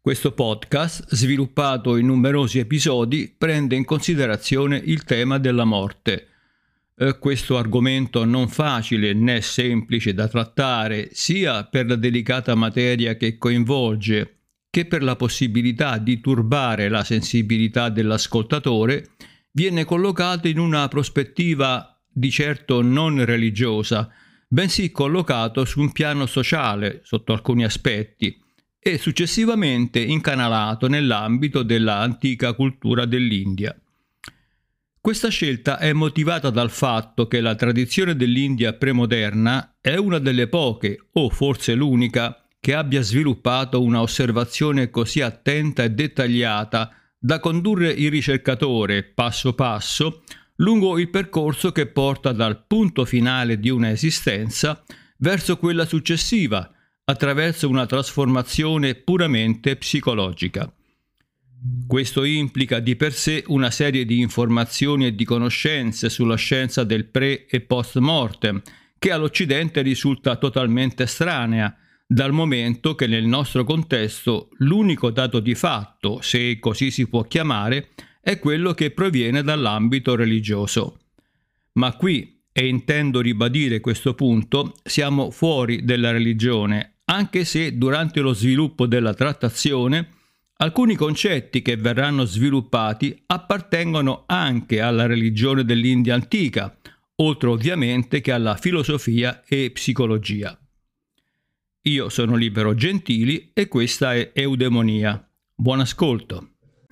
Questo podcast, sviluppato in numerosi episodi, prende in considerazione il tema della morte. Questo argomento non facile né semplice da trattare, sia per la delicata materia che coinvolge, che per la possibilità di turbare la sensibilità dell'ascoltatore, viene collocato in una prospettiva di certo non religiosa, bensì collocato su un piano sociale sotto alcuni aspetti, e successivamente incanalato nell'ambito della antica cultura dell'India. Questa scelta è motivata dal fatto che la tradizione dell'India premoderna è una delle poche, o forse l'unica, che abbia sviluppato una osservazione così attenta e dettagliata da condurre il ricercatore passo passo lungo il percorso che porta dal punto finale di una esistenza verso quella successiva, attraverso una trasformazione puramente psicologica. Questo implica di per sé una serie di informazioni e di conoscenze sulla scienza del pre- e post-mortem, che all'Occidente risulta totalmente estranea, dal momento che nel nostro contesto l'unico dato di fatto, se così si può chiamare, è quello che proviene dall'ambito religioso. Ma qui, e intendo ribadire questo punto, siamo fuori della religione, anche se durante lo sviluppo della trattazione alcuni concetti che verranno sviluppati appartengono anche alla religione dell'India antica, oltre ovviamente che alla filosofia e psicologia. Io sono Libero Gentili e questa è Eudemonia. Buon ascolto!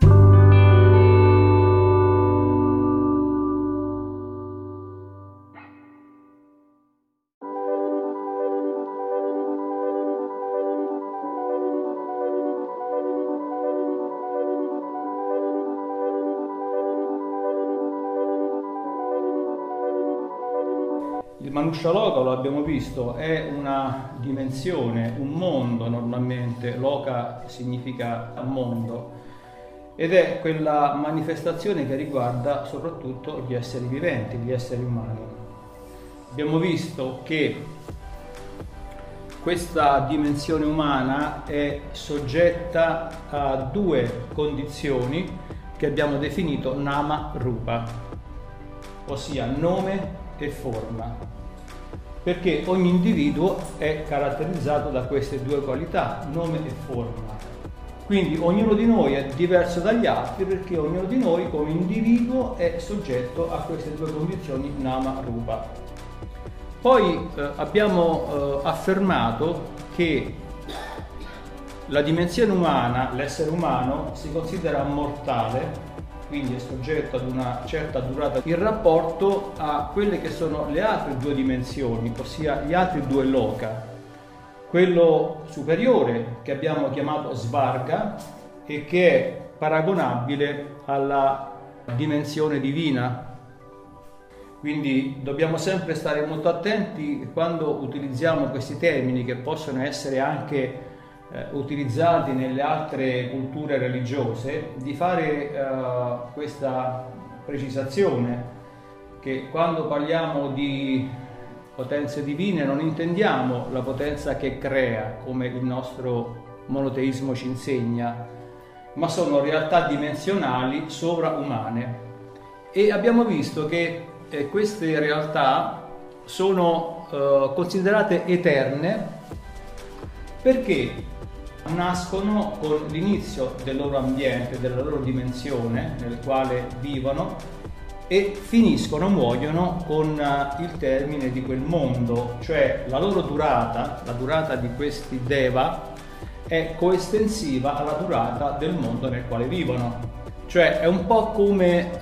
Il Manushaloka, lo abbiamo visto, è una dimensione, un mondo normalmente, loka significa mondo, ed è quella manifestazione che riguarda soprattutto gli esseri viventi, gli esseri umani. Abbiamo visto che questa dimensione umana è soggetta a due condizioni che abbiamo definito nama rupa, ossia nome e forma, perché ogni individuo è caratterizzato da queste due qualità, nome e forma. Quindi ognuno di noi è diverso dagli altri perché ognuno di noi come individuo è soggetto a queste due condizioni nama rupa. Poi abbiamo affermato che la dimensione umana, l'essere umano, si considera mortale, quindi è soggetto ad una certa durata in rapporto a quelle che sono le altre due dimensioni, ossia gli altri due loka. Quello superiore che abbiamo chiamato Svarga e che è paragonabile alla dimensione divina. Quindi dobbiamo sempre stare molto attenti quando utilizziamo questi termini che possono essere anche utilizzati nelle altre culture religiose, di fare questa precisazione che quando parliamo di potenze divine non intendiamo la potenza che crea, come il nostro monoteismo ci insegna, ma sono realtà dimensionali sovraumane. E abbiamo visto che queste realtà sono considerate eterne perché nascono con l'inizio del loro ambiente, della loro dimensione nel quale vivono e finiscono, muoiono con il termine di quel mondo, cioè la loro durata, la durata di questi deva è coestensiva alla durata del mondo nel quale vivono. Cioè è un po' come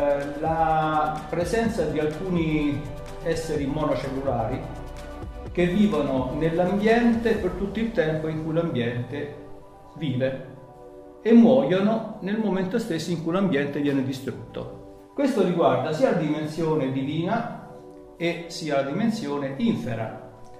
la presenza di alcuni esseri monocellulari che vivono nell'ambiente per tutto il tempo in cui l'ambiente vive e muoiono nel momento stesso in cui l'ambiente viene distrutto. Questo riguarda sia la dimensione divina e sia la dimensione infera.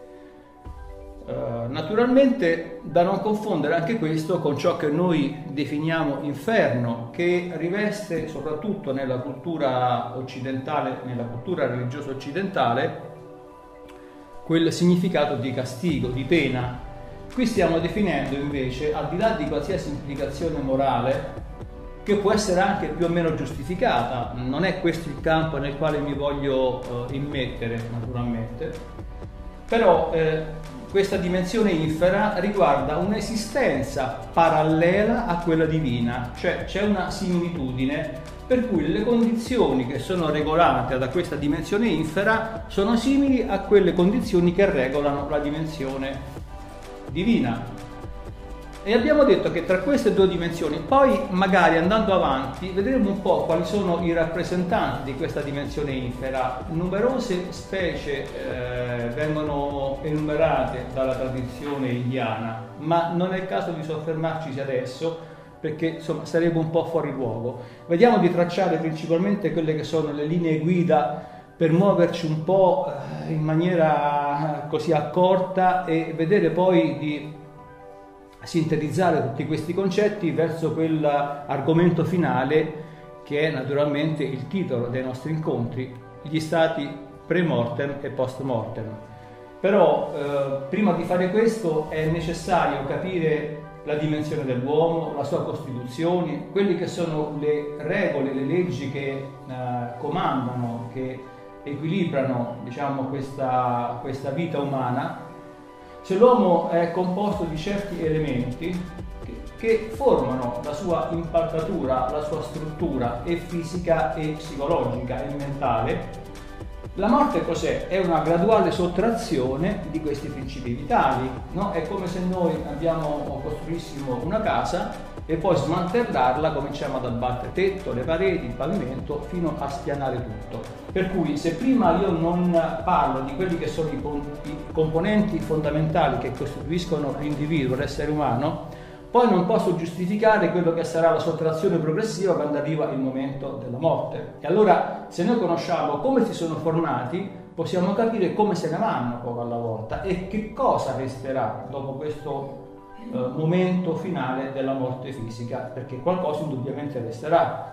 Naturalmente da non confondere anche questo con ciò che noi definiamo inferno, che riveste soprattutto nella cultura occidentale, nella cultura religiosa occidentale, quel significato di castigo, di pena, Qui stiamo definendo invece, al di là di qualsiasi implicazione morale, che può essere anche più o meno giustificata, non è questo il campo nel quale mi voglio immettere naturalmente, però questa dimensione infera riguarda un'esistenza parallela a quella divina, cioè c'è una similitudine per cui le condizioni che sono regolate da questa dimensione infera sono simili a quelle condizioni che regolano la dimensione divina. E abbiamo detto che tra queste due dimensioni, poi magari andando avanti, vedremo un po' quali sono i rappresentanti di questa dimensione infera. Numerose specie vengono enumerate dalla tradizione indiana, ma non è il caso di soffermarci adesso, perché insomma sarebbe un po' fuori luogo. Vediamo di tracciare principalmente quelle che sono le linee guida per muoverci un po' in maniera così accorta e vedere poi di sintetizzare tutti questi concetti verso quell'argomento finale che è naturalmente il titolo dei nostri incontri, gli stati pre-mortem e post-mortem. Però prima di fare questo è necessario capire la dimensione dell'uomo, la sua costituzione, quelle che sono le regole, le leggi che comandano, che equilibrano, diciamo, questa vita umana. Se l'uomo è composto di certi elementi che formano la sua impalcatura, la sua struttura e fisica e psicologica e mentale, la morte cos'è? È una graduale sottrazione di questi principi vitali, no? È come se noi costruissimo una casa e poi smantellarla, cominciamo ad abbattere il tetto, le pareti, il pavimento, fino a spianare tutto. Per cui se prima io non parlo di quelli che sono i componenti fondamentali che costituiscono l'individuo, l'essere umano, poi non posso giustificare quello che sarà la sottrazione progressiva quando arriva il momento della morte. E allora, se noi conosciamo come si sono formati, possiamo capire come se ne vanno poco alla volta e che cosa resterà dopo questo momento finale della morte fisica, perché qualcosa indubbiamente resterà.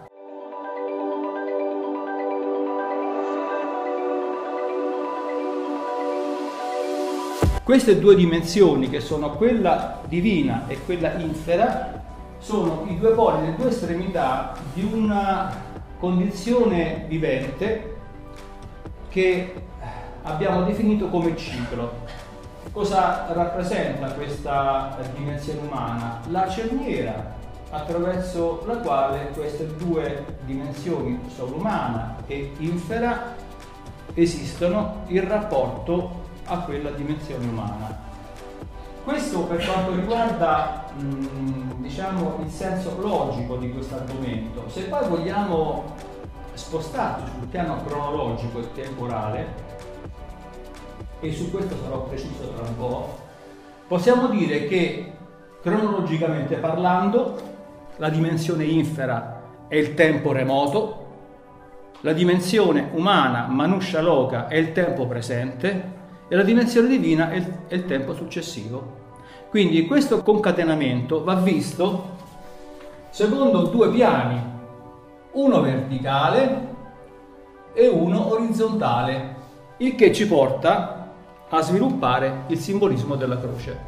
Queste due dimensioni, che sono quella divina e quella infera, sono i due poli, le due estremità di una condizione vivente che abbiamo definito come ciclo. Cosa rappresenta questa dimensione umana? La cerniera attraverso la quale queste due dimensioni, sovrumana e infera, esistono in rapporto a quella dimensione umana. Questo per quanto riguarda diciamo il senso logico di questo argomento. Se poi vogliamo spostarci sul piano cronologico e temporale, e su questo sarò preciso tra un po', possiamo dire che cronologicamente parlando la dimensione infera è il tempo remoto, la dimensione umana, Manusha Loka, è il tempo presente e la dimensione divina è il tempo successivo. Quindi questo concatenamento va visto secondo due piani, uno verticale e uno orizzontale, il che ci porta a sviluppare il simbolismo della croce.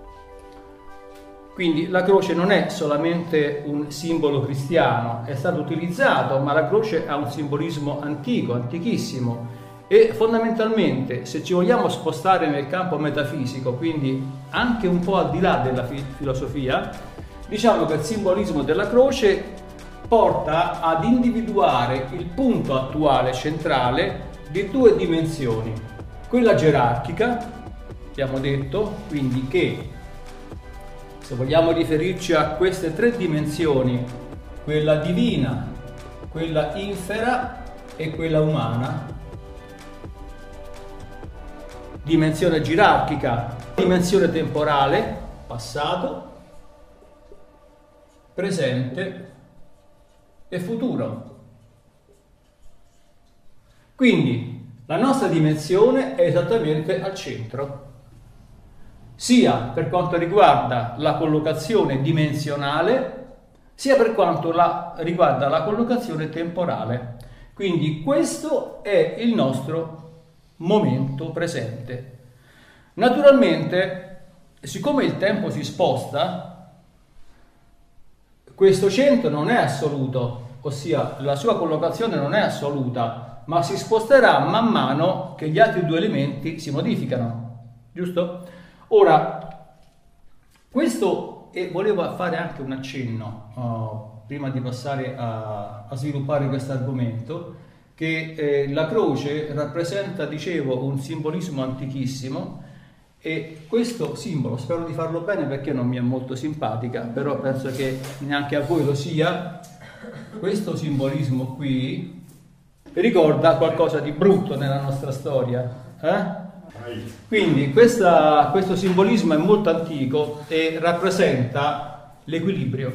Quindi la croce non è solamente un simbolo cristiano, è stato utilizzato, ma la croce ha un simbolismo antico, antichissimo. E fondamentalmente, se ci vogliamo spostare nel campo metafisico, quindi anche un po' al di là della filosofia, diciamo che il simbolismo della croce porta ad individuare il punto attuale centrale di due dimensioni. Quella gerarchica, abbiamo detto, quindi che se vogliamo riferirci a queste tre dimensioni, quella divina, quella infera e quella umana, dimensione gerarchica, dimensione temporale, passato, presente e futuro. Quindi la nostra dimensione è esattamente al centro, sia per quanto riguarda la collocazione dimensionale, sia per quanto riguarda la collocazione temporale. Quindi questo è il nostro momento presente. Naturalmente siccome il tempo si sposta, questo centro non è assoluto, ossia la sua collocazione non è assoluta, ma si sposterà man mano che gli altri due elementi si modificano, giusto? Ora, questo, e volevo fare anche un accenno prima di passare a sviluppare questo argomento, che la croce rappresenta, dicevo, un simbolismo antichissimo, e questo simbolo, spero di farlo bene perché non mi è molto simpatica, però penso che neanche a voi lo sia, questo simbolismo qui ricorda qualcosa di brutto nella nostra storia. Quindi questo simbolismo è molto antico e rappresenta l'equilibrio,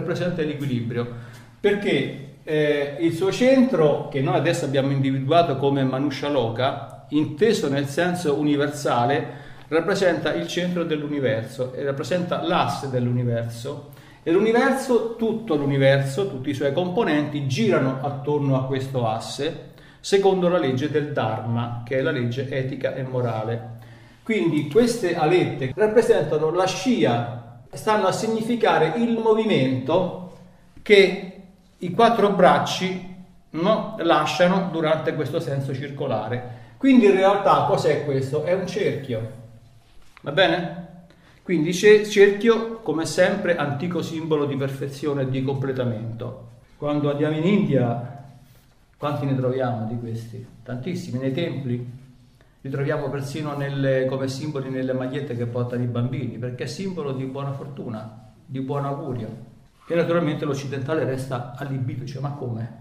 perché il suo centro, che noi adesso abbiamo individuato come Manusha Loka, inteso nel senso universale, rappresenta il centro dell'universo e rappresenta l'asse dell'universo, e l'universo, tutti i suoi componenti girano attorno a questo asse secondo la legge del Dharma, che è la legge etica e morale. Quindi queste alette rappresentano la scia, stanno a significare il movimento che i quattro bracci lasciano durante questo senso circolare. Quindi in realtà cos'è questo? È un cerchio. Va bene? Quindi cerchio, come sempre, antico simbolo di perfezione e di completamento. Quando andiamo in India, quanti ne troviamo di questi? Tantissimi, nei templi. Li troviamo persino come simboli nelle magliette che portano i bambini, perché è simbolo di buona fortuna, di buon augurio. E naturalmente l'occidentale resta allibito, dice: ma come?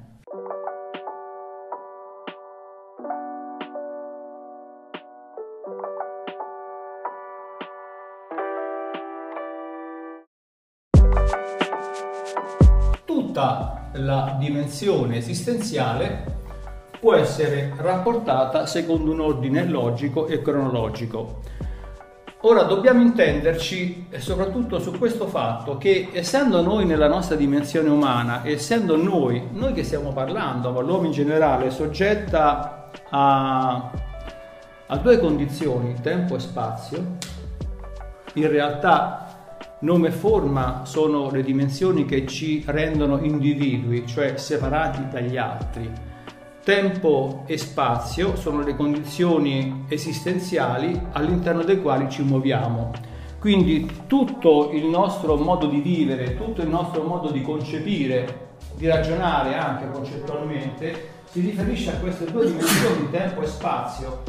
Tutta la dimensione esistenziale può essere rapportata secondo un ordine logico e cronologico. Ora dobbiamo intenderci soprattutto su questo fatto che, essendo noi nella nostra dimensione umana, essendo noi che stiamo parlando, ma l'uomo in generale, soggetta a due condizioni, tempo e spazio, in realtà nome e forma sono le dimensioni che ci rendono individui, cioè separati dagli altri. Tempo e spazio sono le condizioni esistenziali all'interno delle quali ci muoviamo. Quindi tutto il nostro modo di vivere, tutto il nostro modo di concepire, di ragionare anche concettualmente, si riferisce a queste due dimensioni, tempo e spazio.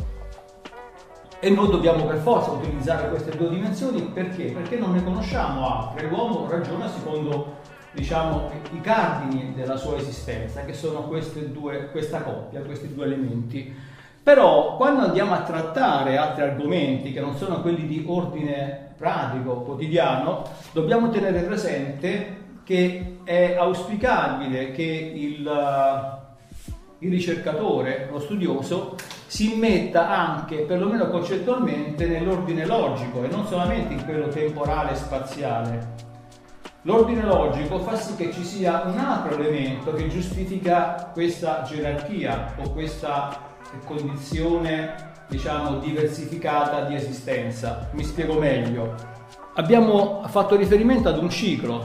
E noi dobbiamo per forza utilizzare queste due dimensioni perché? Perché non ne conosciamo altre. L'uomo ragiona secondo, diciamo, i cardini della sua esistenza, che sono questa coppia, questi due elementi. Però quando andiamo a trattare altri argomenti che non sono quelli di ordine pratico, quotidiano, dobbiamo tenere presente che è auspicabile che il ricercatore, lo studioso, si immetta anche, perlomeno concettualmente, nell'ordine logico e non solamente in quello temporale e spaziale. L'ordine logico fa sì che ci sia un altro elemento che giustifica questa gerarchia o questa condizione, diciamo, diversificata di esistenza. Mi spiego meglio. Abbiamo fatto riferimento ad un ciclo,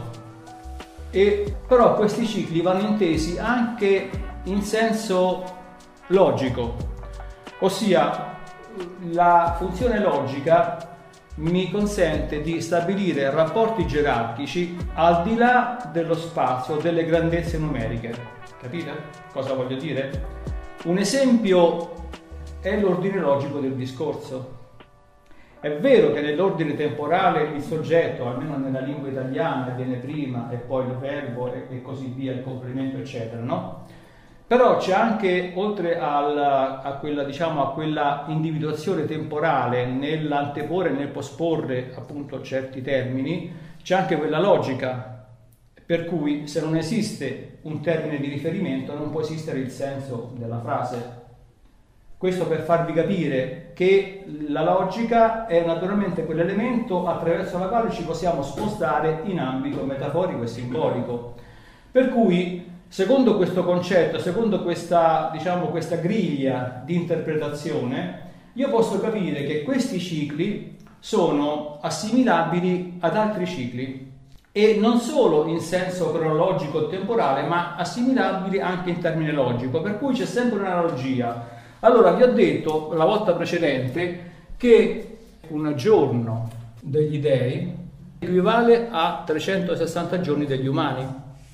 però questi cicli vanno intesi anche in senso logico, ossia la funzione logica mi consente di stabilire rapporti gerarchici al di là dello spazio, delle grandezze numeriche. Capite cosa voglio dire? Un esempio è l'ordine logico del discorso. È vero che nell'ordine temporale il soggetto, almeno nella lingua italiana, viene prima e poi il verbo e così via, il complemento eccetera, no? Però c'è anche, oltre a quella individuazione temporale nell'anteporre e nel posporre appunto certi termini, c'è anche quella logica, per cui se non esiste un termine di riferimento non può esistere il senso della frase. Questo per farvi capire che la logica è naturalmente quell'elemento attraverso la quale ci possiamo spostare in ambito metaforico e simbolico. Per cui, secondo questo concetto, secondo questa griglia di interpretazione, io posso capire che questi cicli sono assimilabili ad altri cicli, e non solo in senso cronologico o temporale, ma assimilabili anche in termine logico, per cui c'è sempre un'analogia. Allora, vi ho detto la volta precedente che un giorno degli dei equivale a 360 giorni degli umani.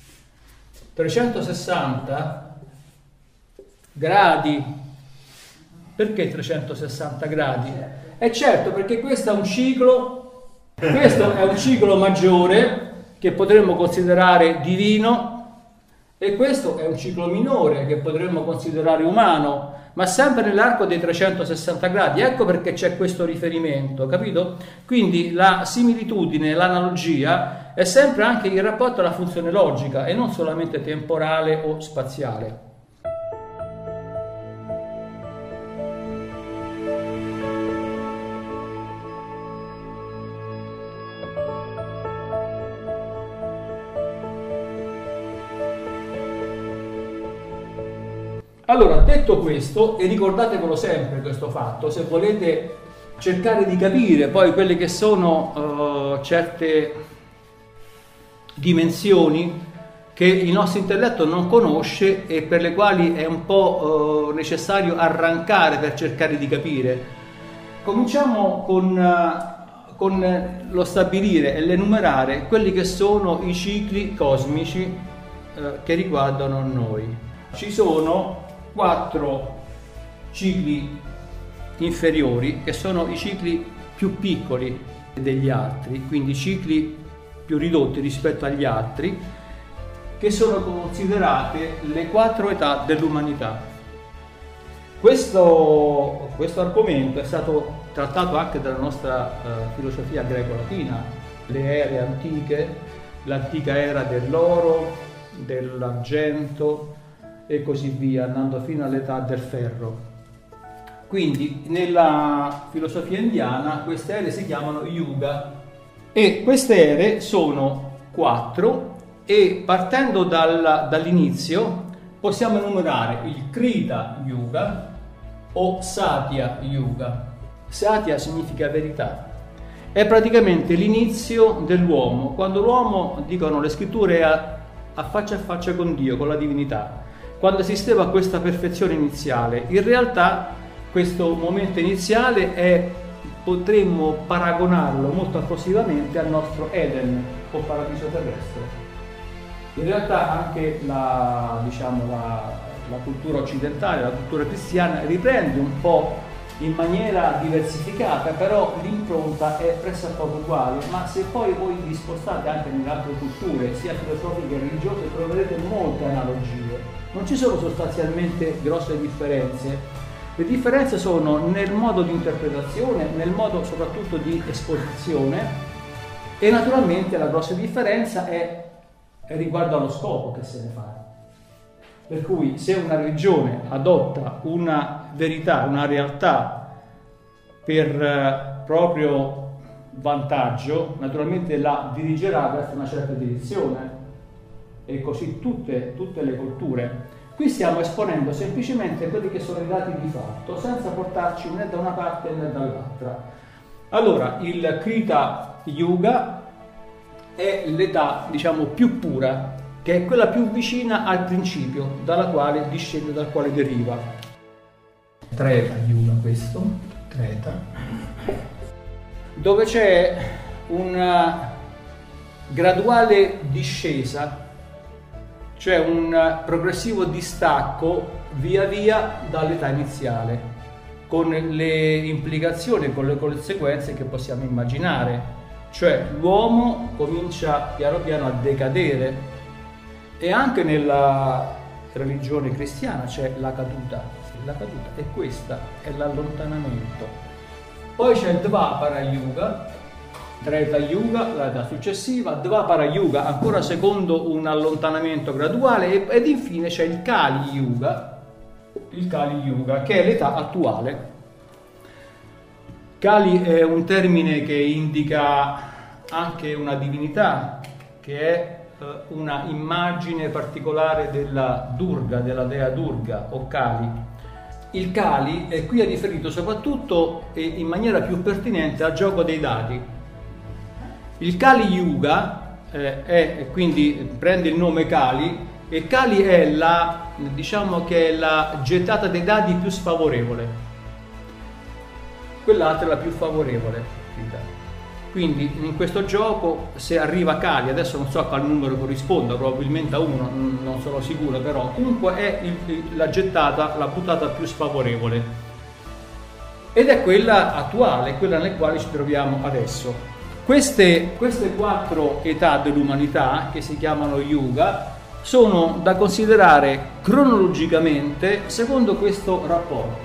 360 gradi. Perché 360 gradi? Certo, perché questo è un ciclo maggiore che potremmo considerare divino, e questo è un ciclo minore che potremmo considerare umano, ma sempre nell'arco dei 360 gradi. Ecco perché c'è questo riferimento, capito? Quindi la similitudine, l'analogia è sempre anche in rapporto alla funzione logica e non solamente temporale o spaziale. Allora, detto questo, e ricordatevelo sempre questo fatto, se volete cercare di capire poi quelle che sono certe dimensioni che il nostro intelletto non conosce e per le quali è un po' necessario arrancare per cercare di capire. Cominciamo con lo stabilire e l'enumerare quelli che sono i cicli cosmici che riguardano noi. Ci sono 4 cicli inferiori che sono i cicli più piccoli degli altri, quindi cicli più ridotti rispetto agli altri, che sono considerate le 4 età dell'umanità. Questo argomento è stato trattato anche dalla nostra filosofia greco-latina, le ere antiche, l'antica era dell'oro, dell'argento e così via, andando fino all'età del ferro. Quindi nella filosofia indiana queste ere si chiamano yuga, e queste ere sono 4, e partendo dall'inizio possiamo enumerare il Krita Yuga o Satya Yuga. Satya significa verità, è praticamente l'inizio dell'uomo, quando l'uomo, dicono le scritture, è a faccia con Dio, con la divinità, quando esisteva questa perfezione iniziale. In realtà questo momento iniziale potremmo paragonarlo molto approssimativamente al nostro Eden o paradiso terrestre. In realtà anche la cultura occidentale, la cultura cristiana riprende un po' in maniera diversificata, però l'impronta è pressappoco uguale. Ma se poi voi vi spostate anche nelle altre culture, sia filosofiche che religiose, troverete molte analogie. Non ci sono sostanzialmente grosse differenze. Le differenze sono nel modo di interpretazione, nel modo soprattutto di esposizione, e naturalmente la grossa differenza è riguardo allo scopo che se ne fa. Per cui se una religione adotta una verità, una realtà per proprio vantaggio, naturalmente la dirigerà verso una certa direzione, e così tutte le culture. Qui stiamo esponendo semplicemente quelli che sono i dati di fatto, senza portarci né da una parte né dall'altra. Allora, il Krita Yuga è l'età, più pura, che è quella più vicina al principio, dalla quale discende, dal quale deriva. Treta Yuga, questo, Treta, dove c'è una graduale discesa, cioè un progressivo distacco via via dall'età iniziale, con le implicazioni, con le conseguenze che possiamo immaginare. Cioè l'uomo comincia piano piano a decadere, e anche nella religione cristiana c'è la caduta, e questa è l'allontanamento. Poi c'è il Dvapara Yuga, Treta Yuga, l'età successiva, Dvapara Yuga ancora secondo un allontanamento graduale, ed infine c'è il Kali Yuga, che è l'età attuale. Kali è un termine che indica anche una divinità, che è una immagine particolare della Durga, della dea Durga o Kali. il Kali qui è riferito soprattutto e in maniera più pertinente al gioco dei dadi. Il Kali Yuga quindi prende il nome Kali, e Kali è diciamo che è la gettata dei dadi più sfavorevole, quell'altra è la più favorevole. Quindi in questo gioco, se arriva Kali, adesso non so a qual numero corrisponda, probabilmente a 1, non sono sicuro, però comunque è la gettata, la buttata più sfavorevole, ed è quella attuale, quella nel quale ci troviamo adesso. Queste 4 età dell'umanità, che si chiamano Yuga, sono da considerare cronologicamente secondo questo rapporto: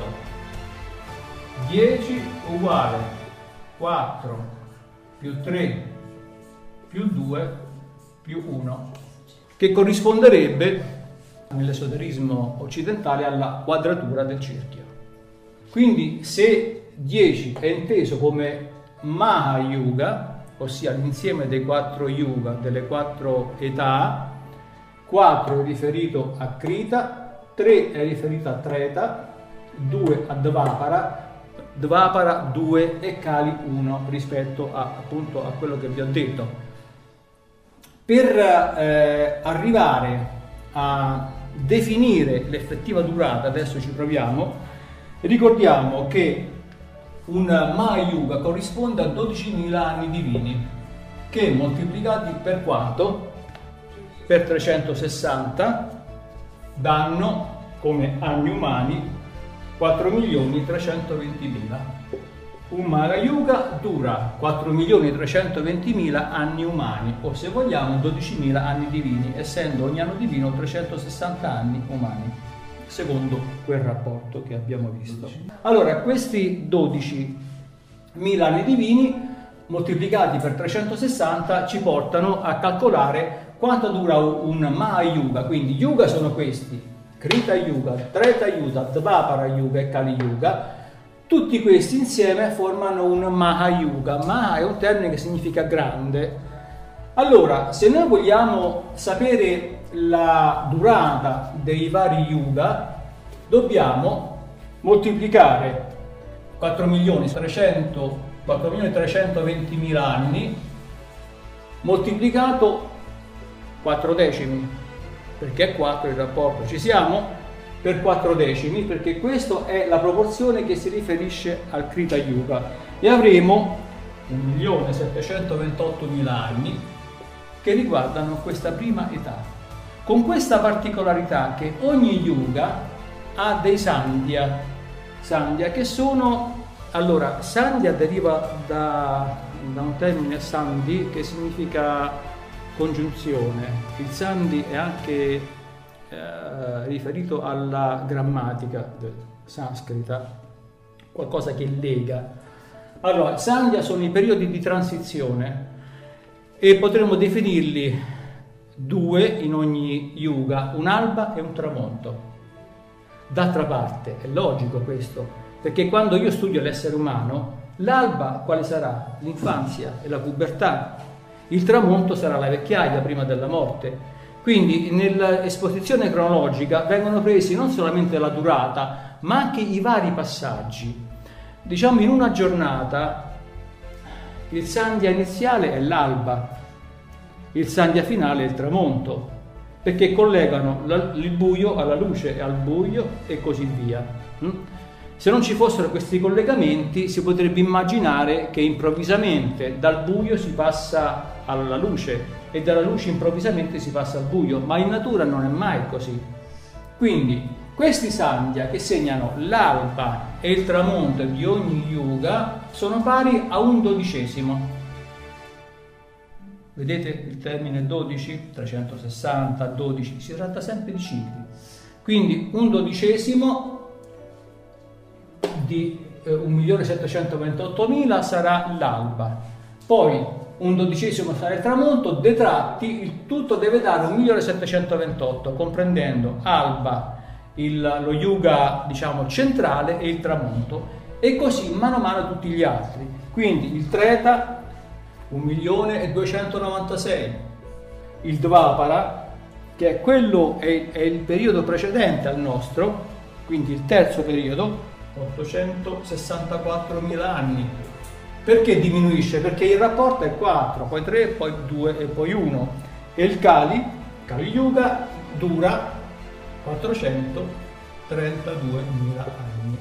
10 uguale 4 più 3 più 2 più 1, che corrisponderebbe nell'esoterismo occidentale alla quadratura del cerchio. Quindi se 10 è inteso come Mahayuga, ossia l'insieme dei 4 yuga, delle 4 età, 4 è riferito a Krita, 3 è riferito a Treta, 2 a Dvapara, 2 e Kali 1 rispetto appunto a quello che vi ho detto. Per arrivare a definire l'effettiva durata, adesso ci proviamo, ricordiamo che un Mahayuga corrisponde a 12.000 anni divini, che moltiplicati per quanto? Per 360 danno come anni umani 4.320.000. Un Mahayuga dura 4.320.000 anni umani, o se vogliamo 12.000 anni divini, essendo ogni anno divino 360 anni umani, secondo quel rapporto che abbiamo visto. Allora, questi 12.000 anni divini moltiplicati per 360 ci portano a calcolare quanto dura un Mahayuga. Quindi Yuga sono questi: Krita Yuga, Treta Yuga, Dvapara Yuga e Kali Yuga. Tutti questi insieme formano un Mahayuga. Maha è un termine che significa grande. Allora, se noi vogliamo sapere la durata dei vari Yuga, dobbiamo moltiplicare 4.320.000 anni moltiplicato 4 decimi, perché è 4 il rapporto, ci siamo? Per 4 decimi, perché questa è la proporzione che si riferisce al Krita Yuga, e avremo 1.728.000 anni che riguardano questa prima età, con questa particolarità che ogni Yuga ha dei Sandhya, che sono, allora, Sandhya deriva da un termine Sandhi che significa congiunzione. Il Sandhi è anche riferito alla grammatica sanscrita, qualcosa che lega. Allora, Sandhya sono i periodi di transizione e potremmo definirli 2 in ogni Yuga, un'alba e un tramonto. D'altra parte è logico questo, perché quando io studio l'essere umano, l'alba quale sarà? L'infanzia e la pubertà. Il tramonto sarà la vecchiaia prima della morte. Quindi nell'esposizione cronologica vengono presi non solamente la durata, ma anche i vari passaggi. Diciamo, in una giornata il Sandhya iniziale è l'alba, il Sandhya finale è il tramonto, perché collegano il buio alla luce e al buio e così via. Se non ci fossero questi collegamenti, si potrebbe immaginare che improvvisamente dal buio si passa alla luce e dalla luce improvvisamente si passa al buio, ma in natura non è mai così. Quindi questi Sandhya, che segnano l'alba e il tramonto di ogni Yuga, sono pari a un 12°. Vedete il termine 12, 360, 12, si tratta sempre di cicli. Quindi un 12° di 1.728.000 sarà l'alba, poi un 12° sarà il tramonto, detratti, il tutto deve dare 1.728.000, comprendendo alba, lo Yuga diciamo centrale e il tramonto, e così mano a mano tutti gli altri. Quindi il Treta 1.296.000, il Dvapara, che è quello è il periodo precedente al nostro, quindi il terzo periodo, 864.000 anni. Perché diminuisce? Perché il rapporto è 4, poi 3, poi 2 e poi 1. E il Kali Yuga, dura 432.000 anni.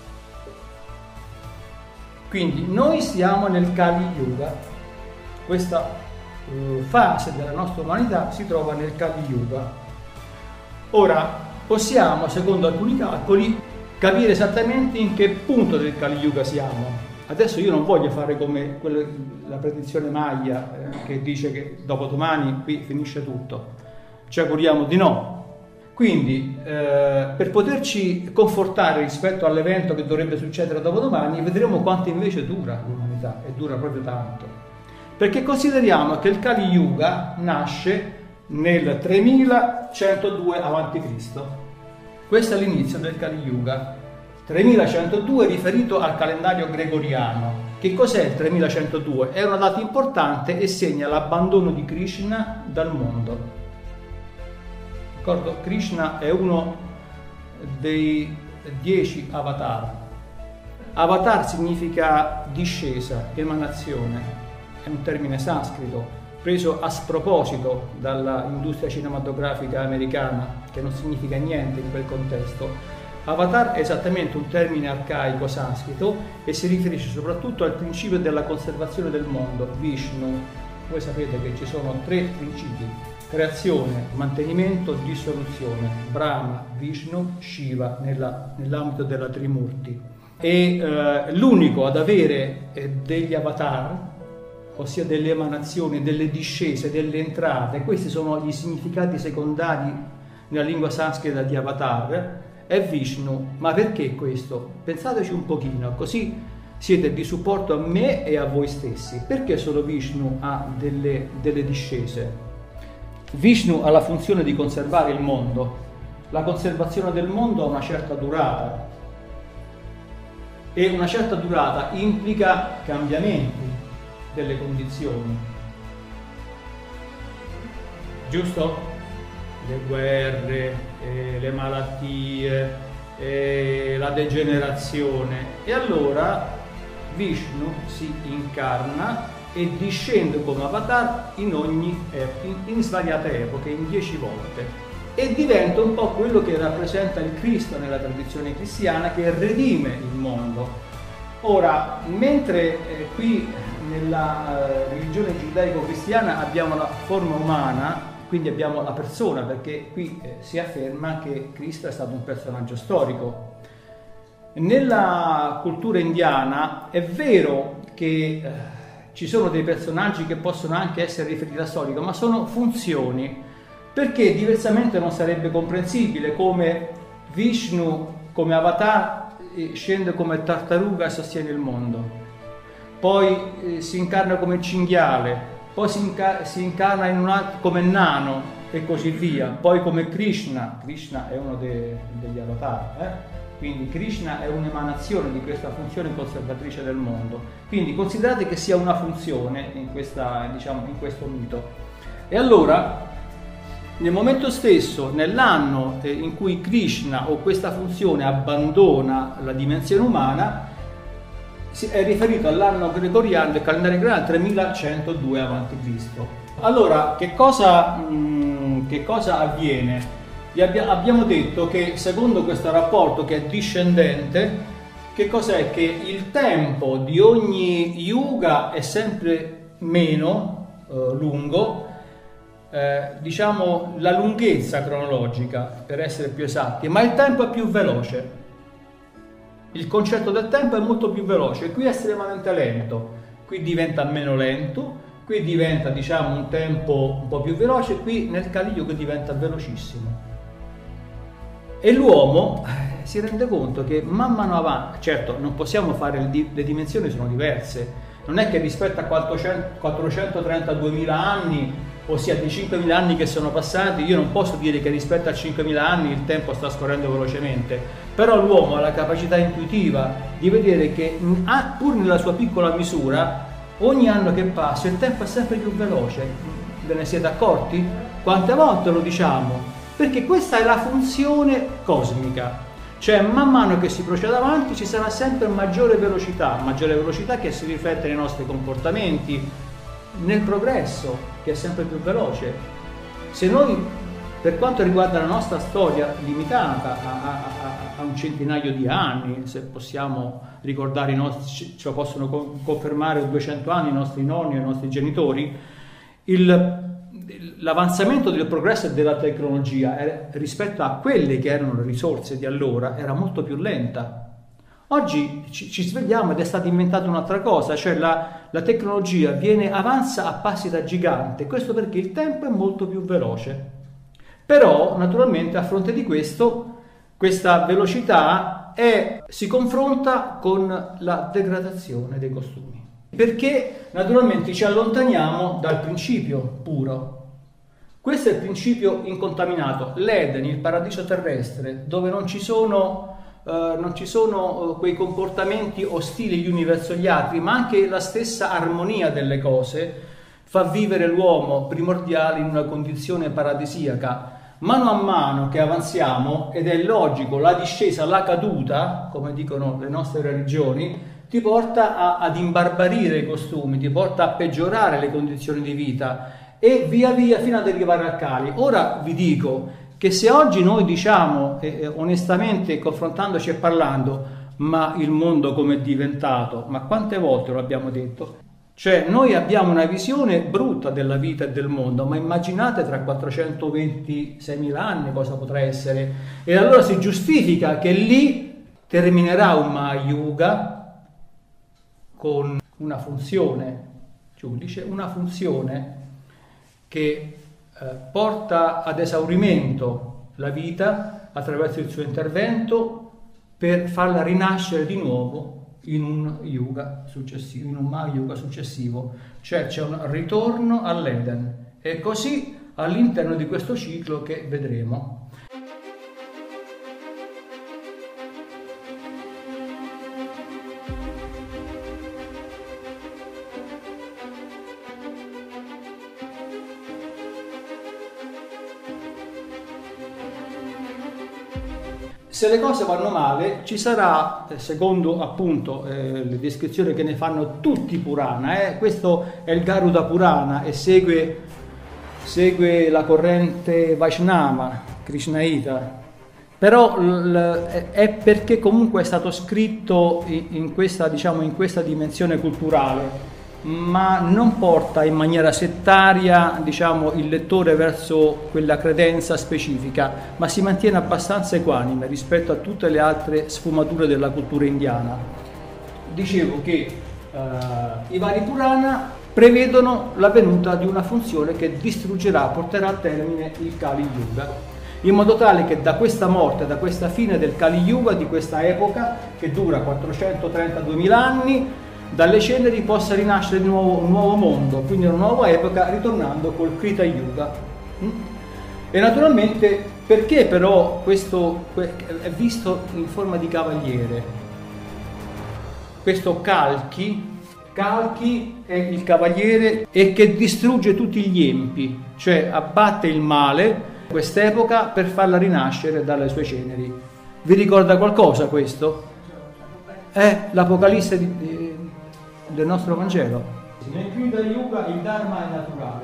Quindi noi siamo nel Kali Yuga, questa fase della nostra umanità si trova nel Kali Yuga. Ora possiamo, secondo alcuni calcoli, capire esattamente in che punto del Kali Yuga siamo. Adesso io non voglio fare come la predizione Maya che dice che dopodomani qui finisce tutto, ci auguriamo di no. Quindi per poterci confortare rispetto all'evento che dovrebbe succedere dopodomani, vedremo quanto invece dura l'umanità, e dura proprio tanto. Perché consideriamo che il Kali Yuga nasce nel 3102 a.C. Questo è l'inizio del Kali Yuga. 3102 riferito al calendario gregoriano. Che cos'è il 3102? È una data importante e segna l'abbandono di Krishna dal mondo. Ricordo, Krishna è uno dei 10 avatar. Avatar significa discesa, emanazione, è un termine sanscrito preso a sproposito dall'industria cinematografica americana, che non significa niente in quel contesto. Avatar è esattamente un termine arcaico sanscrito e si riferisce soprattutto al principio della conservazione del mondo, Vishnu. Voi sapete che ci sono 3 principi: creazione, mantenimento, dissoluzione. Brahma, Vishnu, Shiva nell'ambito della Trimurti. E l'unico ad avere degli avatar, ossia delle emanazioni, delle discese, delle entrate, questi sono gli significati secondari nella lingua sanscrita di avatar, è Vishnu. Ma perché questo? Pensateci un pochino, così siete di supporto a me e a voi stessi. Perché solo Vishnu ha delle discese? Vishnu ha la funzione di conservare il mondo. La conservazione del mondo ha una certa durata e una certa durata implica cambiamenti delle condizioni, giusto? Le guerre, le malattie, la degenerazione. E allora Vishnu si incarna e discende come avatar in svariate epoche, in 10 volte, e diventa un po' quello che rappresenta il Cristo nella tradizione cristiana, che redime il mondo. Ora, mentre qui nella religione giudaico-cristiana abbiamo la forma umana, quindi abbiamo la persona, perché qui si afferma che Cristo è stato un personaggio storico. Nella cultura indiana è vero che ci sono dei personaggi che possono anche essere riferiti a storico, ma sono funzioni, perché diversamente non sarebbe comprensibile come Vishnu come avatar scende come tartaruga e sostiene il mondo, poi si incarna come cinghiale, poi si incarna in un altro come nano e così via, poi come Krishna è uno degli avatar, quindi Krishna è un'emanazione di questa funzione conservatrice del mondo. Quindi considerate che sia una funzione in questo mito. E allora, nel momento stesso, nell'anno in cui Krishna o questa funzione abbandona la dimensione umana, è riferito all'anno gregoriano del calendario gregoriano 3102 a.C. Allora, che cosa avviene? Abbiamo detto che secondo questo rapporto, che è discendente, che cos'è? Che il tempo di ogni yuga è sempre meno lungo, diciamo la lunghezza cronologica per essere più esatti, ma il tempo è più veloce. Il concetto del tempo è molto più veloce, qui è estremamente lento, qui diventa meno lento, qui diventa un tempo un po' più veloce, qui nel Kali Yuga diventa velocissimo. E l'uomo si rende conto che man mano avanti, certo non possiamo fare, le dimensioni sono diverse, non è che rispetto a 432.000 anni, ossia di 5.000 anni che sono passati, io non posso dire che rispetto a 5.000 anni il tempo sta scorrendo velocemente, però l'uomo ha la capacità intuitiva di vedere che pur nella sua piccola misura, ogni anno che passa il tempo è sempre più veloce. Ve ne siete accorti? Quante volte lo diciamo? Perché questa è la funzione cosmica, Cioè man mano che si procede avanti ci sarà sempre maggiore velocità che si riflette nei nostri comportamenti, nel progresso che è sempre più veloce. Se noi, per quanto riguarda la nostra storia limitata a un centinaio di anni, se possiamo ricordare i nostri, ce lo possono confermare 200 anni i nostri nonni e i nostri genitori, l'avanzamento del progresso e della tecnologia rispetto a quelle che erano le risorse di allora era molto più lenta. Oggi ci svegliamo ed è stata inventata un'altra cosa, cioè la tecnologia avanza a passi da gigante, questo perché il tempo è molto più veloce. Però naturalmente a fronte di questo, questa velocità si confronta con la degradazione dei costumi, perché naturalmente ci allontaniamo dal principio puro. Questo è il principio incontaminato, l'Eden, il paradiso terrestre, dove non ci sono quei comportamenti ostili gli uni verso gli altri, ma anche la stessa armonia delle cose fa vivere l'uomo primordiale in una condizione paradisiaca. Mano a mano che avanziamo, ed è logico, la discesa, la caduta, come dicono le nostre religioni, ti porta ad imbarbarire i costumi, ti porta a peggiorare le condizioni di vita e via via fino ad arrivare al Kali. Ora vi dico che se oggi noi diciamo onestamente, confrontandoci e parlando, ma il mondo come è diventato, ma quante volte lo abbiamo detto? Cioè noi abbiamo una visione brutta della vita e del mondo, ma immaginate tra 426.000 anni cosa potrà essere, e allora si giustifica che lì terminerà un Mahayuga con una funzione, giudice, una funzione che porta ad esaurimento la vita attraverso il suo intervento per farla rinascere di nuovo in un yuga successivo, in un Mahayuga successivo, cioè c'è un ritorno all'Eden, e così all'interno di questo ciclo che vedremo. Se le cose vanno male, ci sarà, secondo appunto le descrizioni che ne fanno tutti i Purana, questo è il Garuda Purana e segue la corrente Vaishnava, Krishnaita, però è perché comunque è stato scritto in questa dimensione culturale, ma non porta in maniera settaria, il lettore verso quella credenza specifica, ma si mantiene abbastanza equanime rispetto a tutte le altre sfumature della cultura indiana. Dicevo che i vari Purana prevedono la venuta di una funzione che porterà a termine il Kali Yuga, in modo tale che da questa morte, da questa fine del Kali Yuga, di questa epoca che dura 432.000 anni, dalle ceneri possa rinascere di nuovo un nuovo mondo, quindi una nuova epoca, ritornando col Krita Yuga. E naturalmente perché però questo è visto in forma di cavaliere? Questo Kalki è il cavaliere e che distrugge tutti gli empi, cioè abbatte il male quest'epoca per farla rinascere dalle sue ceneri. Vi ricorda qualcosa questo? È l'Apocalisse del nostro Vangelo. Nel Krita Yuga il Dharma è naturale.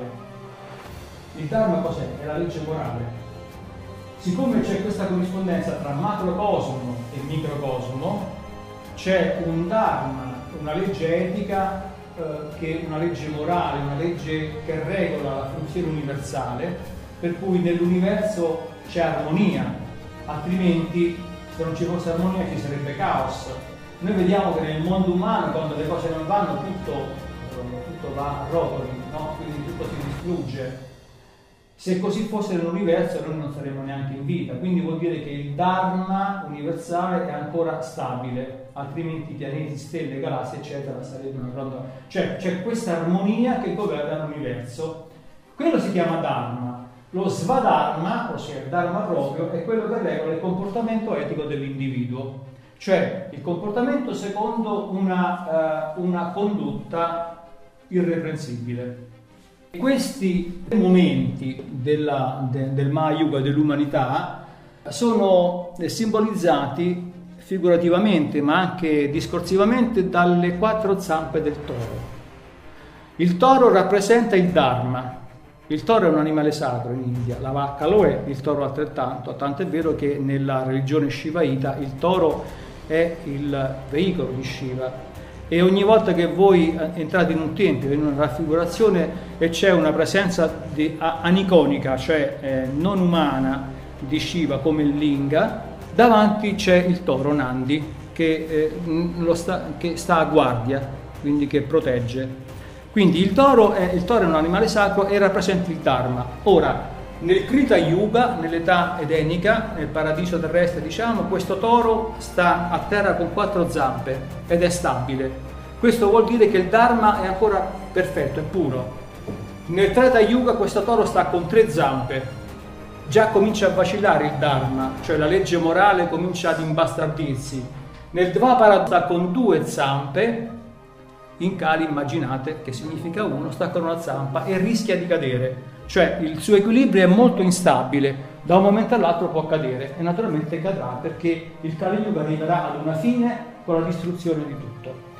Il Dharma cos'è? È la legge morale. Siccome c'è questa corrispondenza tra macrocosmo e microcosmo, c'è un Dharma, una legge etica, che è una legge morale, una legge che regola la funzione universale, per cui nell'universo c'è armonia, altrimenti se non ci fosse armonia ci sarebbe caos. Noi vediamo che nel mondo umano, quando le cose non vanno, tutto va a rotoli, no? Quindi tutto si distrugge. Se così fosse nell'universo noi non saremmo neanche in vita, quindi vuol dire che il Dharma universale è ancora stabile, altrimenti pianeti, stelle, galassie eccetera sarebbero pronto. Cioè c'è questa armonia che governa l'universo. Quello si chiama Dharma. Lo Svadharma, ossia il Dharma proprio, è quello che regola il comportamento etico dell'individuo, cioè il comportamento secondo una condotta irreprensibile. Questi momenti del Mahayuga dell'umanità sono simbolizzati figurativamente ma anche discorsivamente dalle 4 zampe del toro. Il toro rappresenta il Dharma. Il toro è un animale sacro in India, la vacca lo è, il toro altrettanto, tant'è vero che nella religione shivaita il toro è il veicolo di Shiva. E ogni volta che voi entrate in un tempio, in una raffigurazione e c'è una presenza aniconica, cioè non umana, di Shiva come il Linga, davanti c'è il toro Nandi che sta a guardia, quindi che protegge. Quindi il toro è un animale sacro e rappresenta il Dharma. Ora, nel Krita Yuga, nell'età edenica, nel paradiso terrestre, diciamo, questo toro sta a terra con 4 zampe ed è stabile. Questo vuol dire che il Dharma è ancora perfetto, è puro. Nel Treta Yuga questo toro sta con 3 zampe. Già comincia a vacillare il Dharma, cioè la legge morale comincia ad imbastardirsi. Nel Dvapara sta con 2 zampe. In Kali, immaginate, che significa 1, sta con una zampa e rischia di cadere. Cioè il suo equilibrio è molto instabile, da un momento all'altro può cadere e naturalmente cadrà perché il Kali Yuga arriverà ad una fine con la distruzione di tutto.